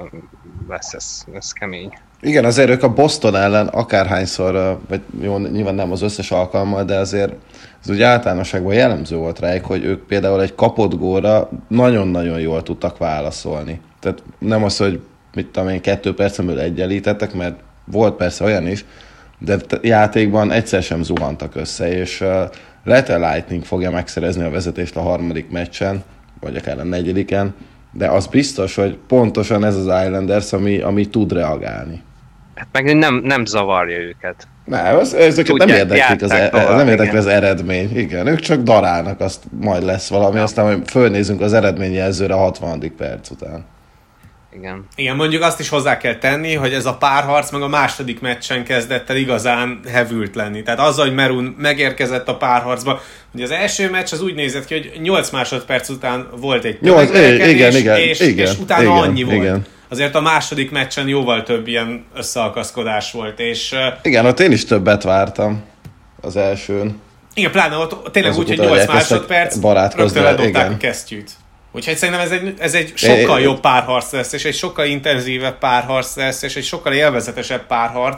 lesz ez, ez kemény. Igen, azért ők a Boston ellen akárhányszor, vagy jó, nyilván nem az összes alkalommal, de azért ez úgy általánosságban jellemző volt rájuk, hogy ők például egy kapott gólra nagyon-nagyon jól tudtak válaszolni. Tehát nem az, hogy mit tudom én, kettő percen belül egyenlítettek, mert volt persze olyan is, de játékban egyszer sem zuhantak össze, és uh, lehet, hogy a Lightning fogja megszerezni a vezetést a harmadik meccsen, vagy akár a negyediken, de az biztos, hogy pontosan ez az Islanders, ami, ami tud reagálni. Hát meg nem, nem zavarja őket. Nem, az, ezeket nem érdeklik az, e, nem érdekli az eredmény. Igen, ők csak darálnak, azt majd lesz valami, ja. Aztán majd fölnézünk az eredményjelzőre a hatvanedik perc után. Igen. Igen, mondjuk azt is hozzá kell tenni, hogy ez a párharc meg a második meccsen kezdett el igazán hevült lenni. Tehát azzal, hogy Maroon megérkezett a párharcba, hogy az első meccs az úgy nézett ki, hogy nyolc másodperc után volt egy tömegverekedés, igen, igen, és, igen, és utána igen, annyi volt. Igen. Azért a második meccsen jóval több ilyen összeakaszkodás volt. És, igen, ott én is többet vártam az elsőn. Igen, pláne ott tényleg úgy, hogy nyolc másodperc rögtön ledobták a kesztyűt. Úgyhogy szerintem ez egy, ez egy sokkal jobb párharc lesz, és egy sokkal intenzívebb párharc lesz, és egy sokkal élvezetesebb párharc,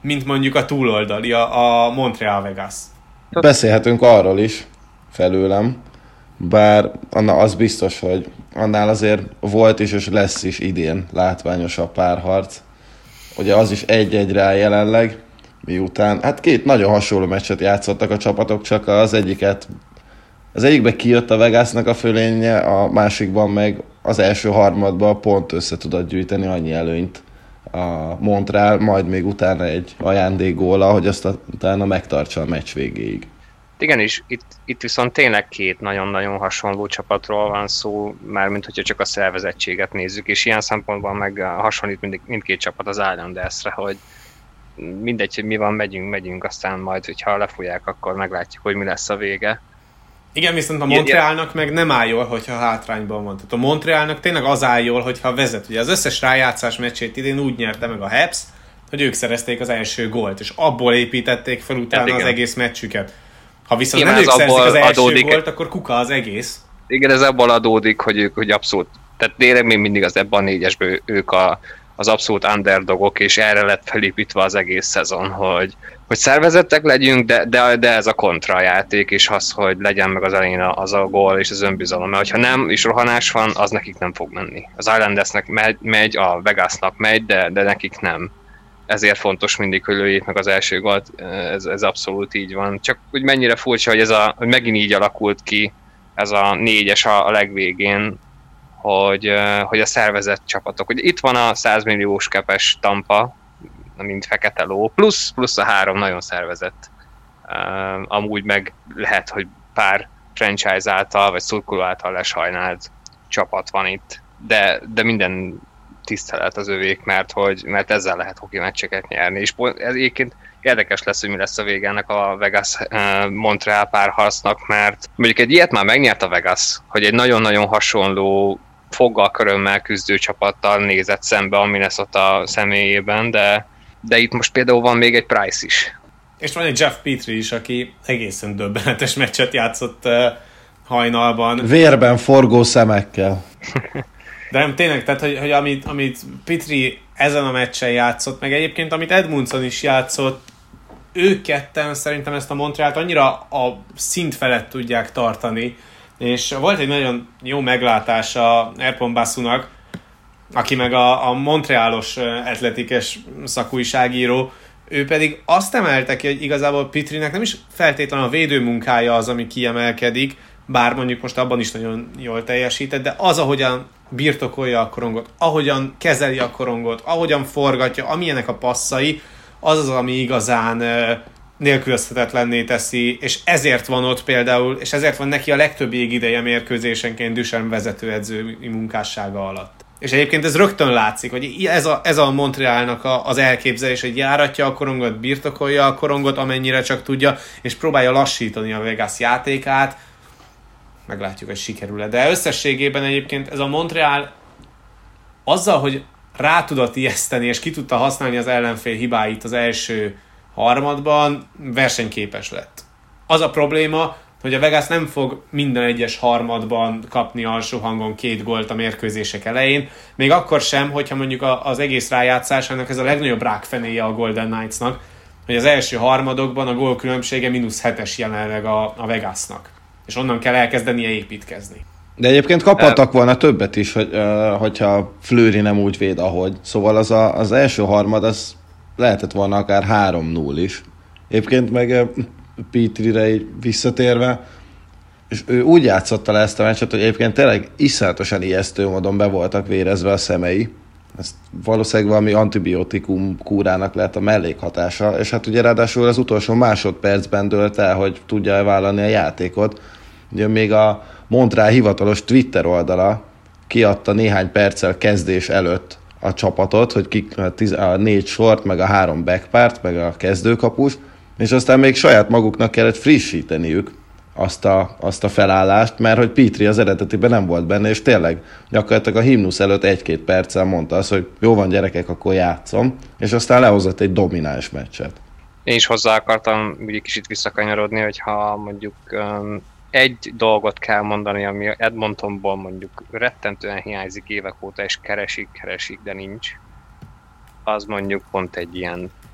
mint mondjuk a túloldali, a, a Montreal Vegas. Beszélhetünk arról is felőlem, bár az biztos, hogy annál azért volt is és lesz is idén látványosabb párharc. Ugye az is egy-egyre áll jelenleg, miután, hát két nagyon hasonló meccset játszottak a csapatok, csak az egyiket, az egyikben kijött a Vegasnak a fölénye, a másikban meg az első harmadban pont össze tudott gyűjteni annyi előnyt a Montreal, majd még utána egy ajándékgóla, hogy azt utána megtartsa a meccs végéig. Igen, és itt, itt viszont tényleg két nagyon-nagyon hasonló csapatról van szó, mármint hogyha csak a szervezettséget nézzük, és ilyen szempontból meg hasonlít mind, mindkét csapat az Islanders-re, hogy mindegy, hogy mi van, megyünk, megyünk, aztán majd, hogyha lefújják, akkor meglátjuk, hogy mi lesz a vége. Igen, viszont a Montrealnak meg nem áll jól, hogyha hátrányban van. Tehát a Montrealnak tényleg az áll jól, hogyha vezet. Ugye az összes rájátszás meccsét idén úgy nyerte meg a Habs, hogy ők szerezték az első gólt, és abból építették fel utána hát az egész meccsüket. Ha viszont igen, nem ők szerzik az első adódik, gólt, akkor kuka az egész. Igen, ez abból adódik, hogy ők hogy abszolút, tehát tényleg még mindig az ebben a négyesből ők a, az abszolút underdogok, és erre lett felépítve az egész szezon, hogy, hogy szervezettek legyünk, de, de, de ez a kontrajáték, és az, hogy legyen meg az elején az a gól és az önbizalom, mert ha nem, és rohanás van, az nekik nem fog menni. Az Islandersnek megy, megy, a Vegasnak megy, de, de nekik nem. Ezért fontos mindig, hogy lőjék meg az első gólt, ez, ez abszolút így van. Csak hogy mennyire furcsa, hogy, ez a, hogy megint így alakult ki ez a négyes a, a legvégén, hogy, hogy a szervezett csapatok. Ugye itt van a száz milliós kepes Tampa, mint fekete ló, plusz, plusz a három nagyon szervezett. Amúgy meg lehet, hogy pár franchise által, vagy szurkoló által lesajnált csapat van itt, de, de minden tisztelet az övék, mert, hogy, mert ezzel lehet hoki meccseket nyerni, és ez egyébként érdekes lesz, hogy mi lesz a vége ennek a Vegas-Montreal párharcnak, mert mondjuk egy ilyet már megnyert a Vegas, hogy egy nagyon-nagyon hasonló foggal körömmel küzdő csapattal nézett szembe a Minnesota személyében, de, de itt most például van még egy Price is. És van egy Jeff Petrie is, aki egészen döbbenetes meccset játszott uh, hajnalban. Vérben forgó szemekkel. De nem, tényleg, tehát, hogy, hogy amit, amit Petrie ezen a meccsen játszott, meg egyébként amit Edmundson is játszott, ők ketten szerintem ezt a Montrealt annyira a szint felett tudják tartani, és volt egy nagyon jó meglátása Erpon Basunak, aki meg a, a montrealos atletikes szakújságíró, ő pedig azt emelte ki, hogy igazából Petrie-nek nem is feltétlenül a védőmunkája az, ami kiemelkedik, bár mondjuk most abban is nagyon jól teljesített, de az, ahogyan birtokolja a korongot, ahogyan kezeli a korongot, ahogyan forgatja, amilyenek a passzai, az az, ami igazán nélkülözhetetlenné teszi, és ezért van ott például, és ezért van neki a legtöbb égideje mérkőzésenként Duchesne vezetőedzői munkássága alatt. És egyébként ez rögtön látszik, hogy ez a, ez a Montrealnak a, az elképzelés, hogy járatja a korongot, birtokolja a korongot, amennyire csak tudja, és próbálja lassítani a Vegas játékát. Meglátjuk, hogy sikerül-e. De összességében egyébként ez a Montreal azzal, hogy rá tudott ijeszteni, és ki tudta használni az ellenfél hibáit az első harmadban, versenyképes lett. Az a probléma, hogy a Vegas nem fog minden egyes harmadban kapni alsó hangon két gólt a mérkőzések elején, még akkor sem, hogyha mondjuk az egész rájátszásának ez a legnagyobb rákfenéje a Golden Knights-nak, hogy az első harmadokban a gól különbsége mínusz hetes jelenleg a, a Vegasnak. És onnan kell elkezdenie építkezni. De egyébként kaphattak volna többet is, hogy, uh, hogyha Fleury nem úgy véd, ahogy. Szóval az, a, az első harmad, az lehetett volna akár három null is. Egyébként meg uh, Petrie-re így visszatérve, és ő úgy játszotta le ezt a meccset, hogy egyébként tényleg iszonyatosan ijesztő módon be voltak vérezve a szemei. Ez valószínűleg valami antibiotikum kúrának lehet a mellékhatása, és hát ugye ráadásul az utolsó másodpercben dőlt el, hogy tudja vállalni a játékot. Ugye még a Montreal hivatalos Twitter oldala kiadta néhány perccel kezdés előtt a csapatot, hogy ki, a négy sort, meg a három backpárt, meg a kezdőkapus, és aztán még saját maguknak kellett frissíteniük azt a, azt a felállást, mert hogy Petrie az eredetiben nem volt benne, és tényleg gyakorlatilag a himnusz előtt egy-két perccel mondta azt, hogy jó van gyerekek, akkor játszom, és aztán lehozott egy domináns meccset. Én is hozzá akartam egy kicsit visszakanyarodni, hogyha mondjuk um, egy dolgot kell mondani, ami Edmontonból mondjuk rettentően hiányzik évek óta, és keresik, keresik, de nincs, az mondjuk pont egy ilyen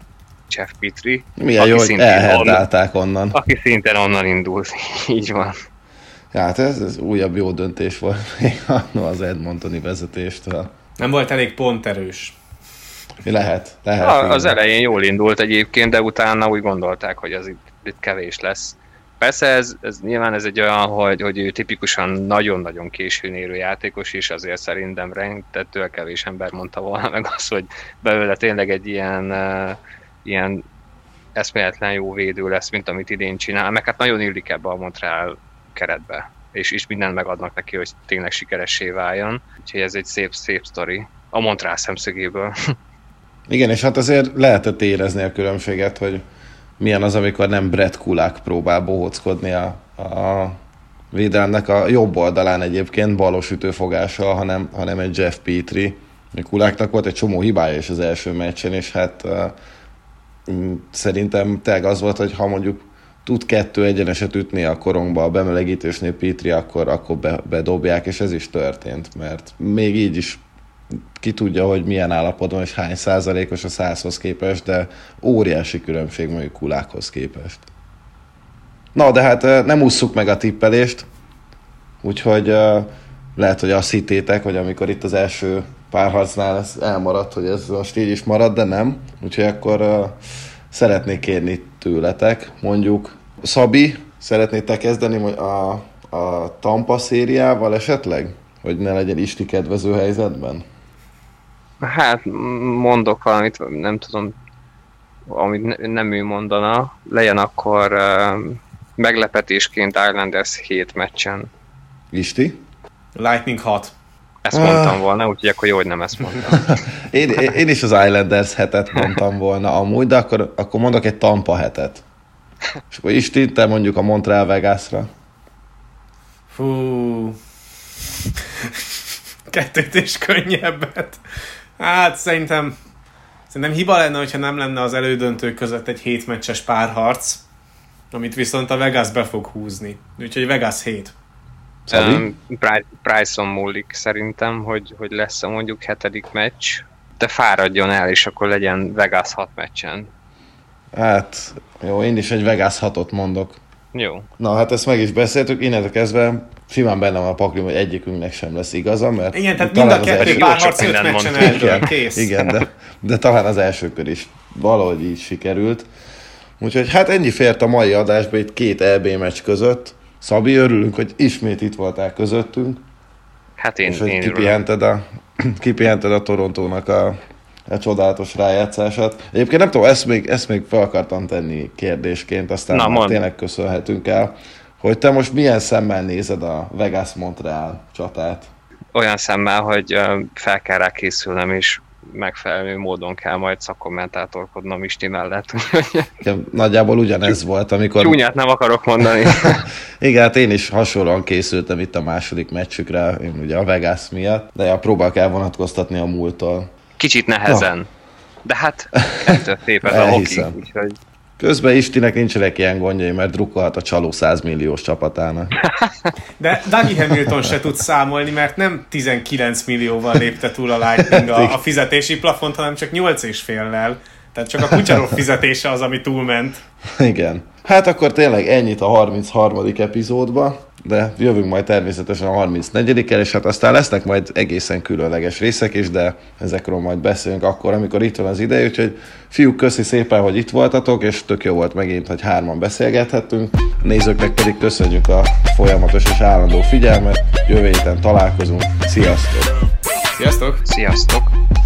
Jeff Petrie. Milyen jó, hogy elherdálták onnan. Aki szintén onnan indult, így van. Ja, hát ez, ez újabb jó döntés volt még annó az Edmontoni vezetéstől. Nem volt elég ponterős. Lehet, lehet. A, az elején jól indult egyébként, de utána úgy gondolták, hogy az itt, itt kevés lesz. Persze ez, ez nyilván ez egy olyan, hogy, hogy ő tipikusan nagyon-nagyon későn érő játékos, és azért szerintem rengetettől kevés ember mondta volna meg azt, hogy belőle tényleg egy ilyen, uh, ilyen eszméletlen jó védő lesz, mint amit idén csinál, meg hát nagyon illik ebbe a Montreal keretbe, és, és mindent megadnak neki, hogy tényleg sikeressé váljon. Úgyhogy ez egy szép, szép sztori a Montreal szemszögéből. Igen, és hát azért lehetett érezni a különbséget, hogy milyen az, amikor nem Brett Kulak próbál bohóckodni a, a védelemnek a jobb oldalán egyébként balos ütőfogással, hanem, hanem egy Jeff Petrie. Kulaknak volt egy csomó hibája is az első meccsen, és hát uh, szerintem tényleg az volt, hogy ha mondjuk tud kettő egyeneset ütni a korongba a bemelegítősnél Petrie, akkor, akkor be, bedobják, és ez is történt, mert még így is ki tudja, hogy milyen állapotban és hány százalékos a százhoz képest, de óriási különbség mondjuk Kulákhoz képest. Na, de hát nem ússzuk meg a tippelést, úgyhogy lehet, hogy azt hittétek, hogy amikor itt az első párharcnál ez elmaradt, hogy ez most így is marad, de nem. Úgyhogy akkor szeretnék kérni tőletek, mondjuk Szabi, szeretnétek kezdeni a, a Tampa szériával esetleg? Hogy ne legyen Isti kedvező helyzetben? Hát mondok valamit, nem tudom, amit nem ő mondana. Legyen akkor uh, meglepetésként Islanders hét meccsen. Isti? Lightning hat. Ezt mondtam volna, úgyhogy akkor jó, hogy nem ezt mondtam. én, én is az Islanders hetet mondtam volna amúgy, de akkor, akkor mondok egy Tampa hetet. És akkor Isti, te mondjuk a Montreal Vegasra. Fú... Kettőt és könnyebbet. Hát szerintem szerintem hiba lenne, hogyha nem lenne az elődöntők között egy hétmeccses párharc, amit viszont a Vegas be fog húzni. Úgyhogy Vegas hét. Um, Bryson múlik szerintem, hogy, hogy lesz mondjuk hetedik meccs, de fáradjon el, és akkor legyen Vegas hat meccsen. Hát, jó, én is egy Vegas hatot mondok. Jó. Na, hát ezt meg is beszéltük, innentől kezdve simán benne van a paklim, hogy egyikünknek sem lesz igaza, mert... Igen, tehát mind a kettő párharc öt meccsen eldől, kész. Igen, de, de talán az első kör is valahogy így sikerült. Úgyhogy hát ennyi fért a mai adásba itt két é bé meccs között. Szabi, örülünk, hogy ismét itt voltál közöttünk. Hát én, és hogy én kipihented a, kipihented a Torontónak a, a csodálatos rájátszását. Egyébként nem tudom, ezt még, ezt még fel akartam tenni kérdésként, aztán Na, már tényleg köszönhetünk el, hogy te most milyen szemmel nézed a Vegas-Montreal csatát? Olyan szemmel, hogy fel kell rá készülnem, és megfelelő módon kell majd szakkommentátorkodnom Isti mellett. Igen, nagyjából ugyanez volt, amikor... Csúnyát nem akarok mondani. Igen, hát én is hasonlóan készültem itt a második meccsükre, én ugye a Vegas miatt, de próbálok elvonatkoztatni a múlttól. Kicsit nehezen. No. De hát ettől szép ez a hoki, úgyhogy... Közben Istinek nincsenek ilyen gondjai, mert drukkolhat a csaló száz milliós csapatának. De Dougie Hamilton se tud számolni, mert nem tizenkilenc millióval lépte túl a Lightning a, a fizetési plafont, hanem csak nyolc és féllel. Tehát csak a Kucserov fizetése az, ami túlment. Igen. Hát akkor tényleg ennyit a harmincharmadik epizódba, de jövünk majd természetesen a harmincnegyedik és hát aztán lesznek majd egészen különleges részek is, de ezekről majd beszélünk akkor, amikor itt van az ideje, úgyhogy fiúk, köszi szépen, hogy itt voltatok, és tök jó volt megint, hogy hárman beszélgethettünk. A nézőknek pedig köszönjük a folyamatos és állandó figyelmet, jövő héten találkozunk, sziasztok! Sziasztok! Sziasztok!